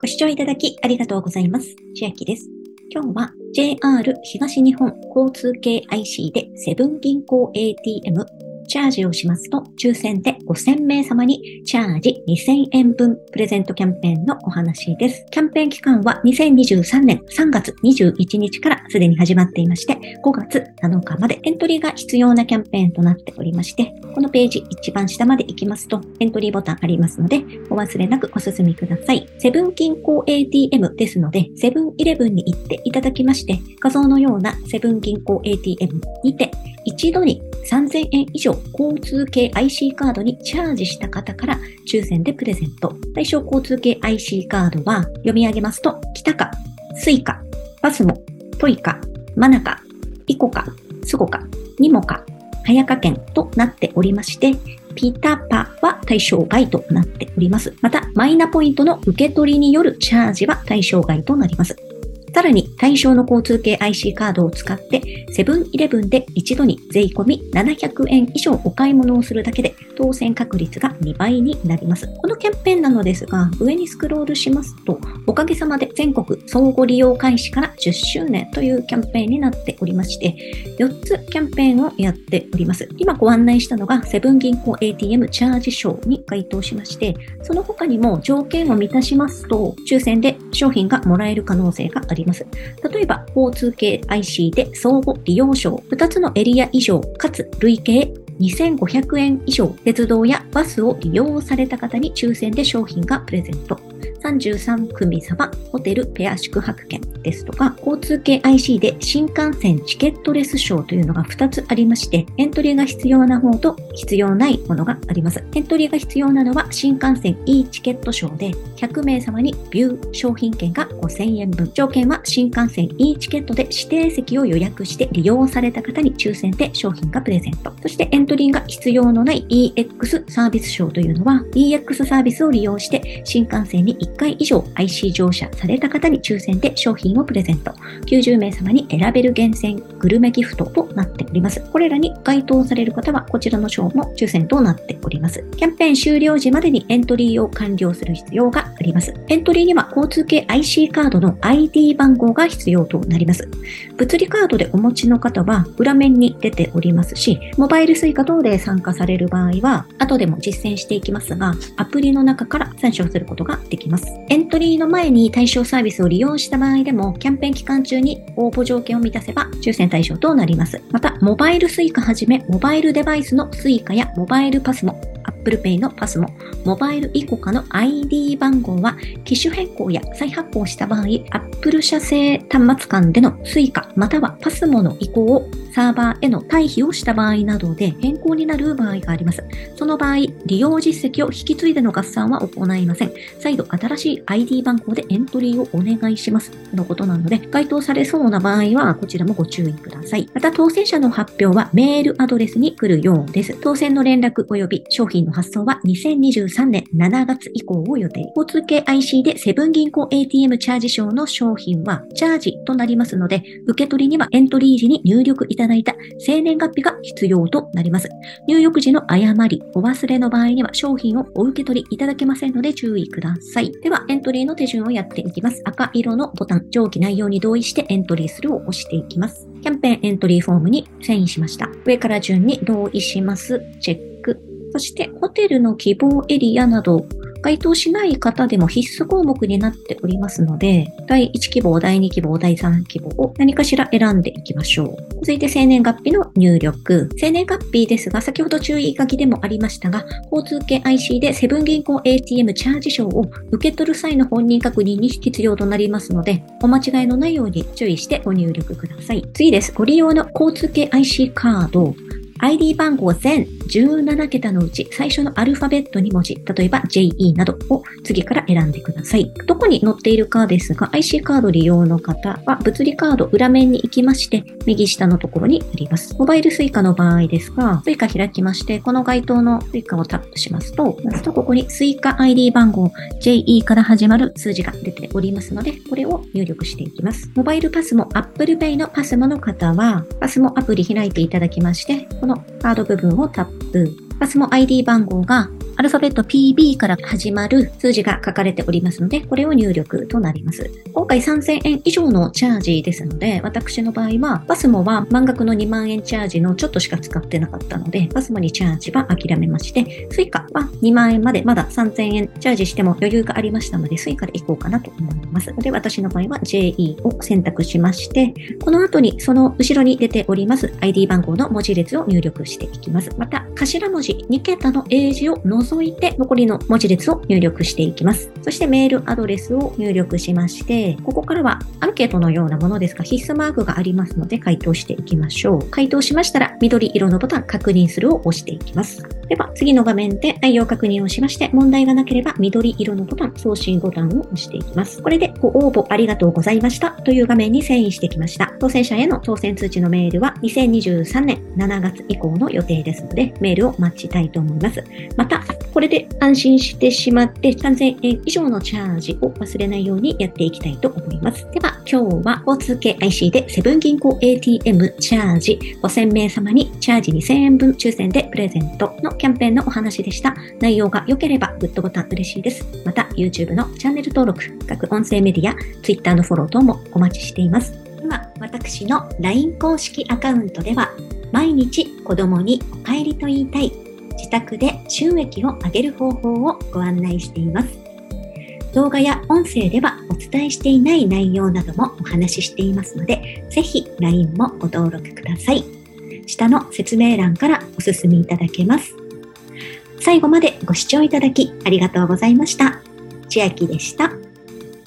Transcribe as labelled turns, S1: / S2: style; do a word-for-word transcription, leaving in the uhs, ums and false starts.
S1: ご視聴いただきありがとうございます。千秋です。今日は ジェイアール 東日本交通系 アイシー でセブン銀行 エーティーエムチャージをしますと抽選でごせんめいさまにチャージにせんえんぶんプレゼントキャンペーンのお話です。キャンペーン期間はにせんにじゅうさんねんさんがつにじゅういちにちからすでに始まっていまして、ごがつなのかまでエントリーが必要なキャンペーンとなっておりまして、このページ一番下まで行きますとエントリーボタンありますので、お忘れなくお進みください。セブン銀行 エーティーエム ですので、セブンイレブンに行っていただきまして、画像のようなセブン銀行 エーティーエム にて一度にさんぜんえん以上交通系 アイシー カードにチャージした方から抽選でプレゼント。対象交通系 アイシー カードは読み上げますと、キタカ、スイカ、パスモ、トイカ、マナカ、イコカ、スゴカ、ニモカ、ハヤカ券となっておりまして、ピタパは対象外となっております。また、マイナポイントの受け取りによるチャージは対象外となります。さらに対象の交通系 アイシー カードを使ってセブンイレブンで一度に税込みななひゃくえん以上お買い物をするだけで当選確率がにばいになります。このキャンペーンなのですが、上にスクロールしますと、おかげさまで全国相互利用開始からじゅっしゅうねんというキャンペーンになっておりまして、よっつキャンペーンをやっております。今ご案内したのがセブン銀行 エーティーエム チャージ賞に該当しまして、その他にも条件を満たしますと抽選で商品がもらえる可能性があります。例えば、交通系 アイシー で相互利用証、ふたつのエリア以上、かつ累計にせんごひゃくえん以上、鉄道やバスを利用された方に抽選で商品がプレゼント。さんじゅうさんくみさま、ホテルペア宿泊券ですとか、交通系 アイシー で新幹線チケットレス証というのがふたつありまして、エントリーが必要な方と必要ないものがあります。エントリーが必要なのは新幹線 E チケット証で、ひゃくめいさまにビュー商品券がごせんえんぶん。条件は新幹線 E チケットで指定席を予約して利用された方に抽選で商品がプレゼント。そしてエントリーが必要のない イーエックス サービス証というのは、イーエックス サービスを利用して新幹線にいっかい以上 アイシー 乗車された方に抽選で商品をプレゼント。きゅうじゅうめいさまに選べる厳選グルメギフトとなっております。これらに該当される方はこちらの賞も抽選となっております。キャンペーン終了時までにエントリーを完了する必要があります。エントリーには交通系 アイシー カードの アイディー 番号が必要となります。物理カードでお持ちの方は裏面に出ておりますし、モバイルスイカ等で参加される場合は後でも実践していきますが、アプリの中から参照することができます。エントリーの前に対象サービスを利用した場合でも、キャンペーン期間中に応募条件を満たせば抽選対象となります。また、モバイルスイカはじめモバイルデバイスのスイカやモバイルパスも、Apple Pay のパスも、モバイルイコカの アイディー 番号は機種変更や再発行した場合、Apple 社製端末間でのスイカまたはパスモの移行をサーバーへの退避をした場合などで変更になる場合があります。その場合、利用実績を引き継いでの合算は行いません。再度新しい アイディー 番号でエントリーをお願いしますとのことなので、該当されそうな場合はこちらもご注意ください。また、当選者の発表はメールアドレスに来るようです。当選の連絡及び商品の発送はにせんにじゅうさんねんしちがつ以降を予定。交通系 アイシー でセブン銀行 エーティーエム チャージ証の商品はチャージとなりますので、受け取りにはエントリー時に入力いただいた生年月日が必要となります。入力時の誤り、お忘れの場合には商品をお受け取りいただけませんので注意ください。では、エントリーの手順をやっていきます。赤色のボタン、上記内容に同意してエントリーするを押していきます。キャンペーンエントリーフォームに遷移しました。上から順に同意します。チェック。そしてホテルの希望エリアなど該当しない方でも必須項目になっておりますので、だいいち希望、だいに希望、だいさん希望を何かしら選んでいきましょう。続いて生年月日の入力。生年月日ですが、先ほど注意書きでもありましたが、交通系 アイシー でセブン銀行 エーティーエム チャージ証を受け取る際の本人確認に必要となりますので、お間違いのないように注意してご入力ください。次です。ご利用の交通系 アイシー カード。アイディー 番号全じゅうななけたのうち最初のアルファベットに文字、例えば ジェイイー などを次から選んでください。どこに載っているかですが、アイシー カード利用の方は物理カード裏面に行きまして、右下のところにあります。モバイルスイカの場合ですが、スイカ開きまして、この該当のスイカをタップしますと、まずとここにスイカ アイディー 番号 ジェイイー から始まる数字が出ておりますので、これを入力していきます。モバイルパスも Apple Pay のパスモの方は、パスモアプリ開いていただきまして、このカード部分をタップ。パスモ アイディー 番号がアルファベット ピービー から始まる数字が書かれておりますので、これを入力となります。今回さんぜんえん以上のチャージですので、私の場合は、パスモは満額のにまんえんチャージのちょっとしか使ってなかったので、パスモにチャージは諦めまして、スイカはにまんえんまでまださんぜんえんチャージしても余裕がありましたので、スイカで行こうかなと思います。で、私の場合は ジェーイー を選択しまして、この後にその後ろに出ております アイディー 番号の文字列を入力していきます。また、頭文字にけたの英字を除いて残りの文字列を入力していきます。そしてメールアドレスを入力しまして、ここからはアンケートのようなものですが必須マークがありますので回答していきましょう。回答しましたら緑色のボタン確認するを押していきます。では次の画面で内容確認をしまして、問題がなければ緑色のボタン、送信ボタンを押していきます。これでご応募ありがとうございましたという画面に遷移してきました。当選者への当選通知のメールはにせんにじゅうさんねんしちがつ以降の予定ですので、メールを待ちたいと思います。また、これで安心してしまってさんぜんえん以上のチャージを忘れないようにやっていきたいと思います。では、今日は交通系 アイシー でセブン銀行 エーティーエム チャージごせんめい様にチャージにせんえんぶん抽選でプレゼントのキャンペーンのお話でした。内容が良ければグッドボタン嬉しいです。また YouTube のチャンネル登録、各音声メディア、Twitter のフォロー等もお待ちしています。今、私の ライン 公式アカウントでは毎日子供にお帰りと言いたい、自宅で収益を上げる方法をご案内しています。動画や音声ではお伝えしていない内容などもお話ししていますので、ぜひ ライン もご登録ください。下の説明欄からお進みいただけます。最後までご視聴いただきありがとうございました。千秋でした。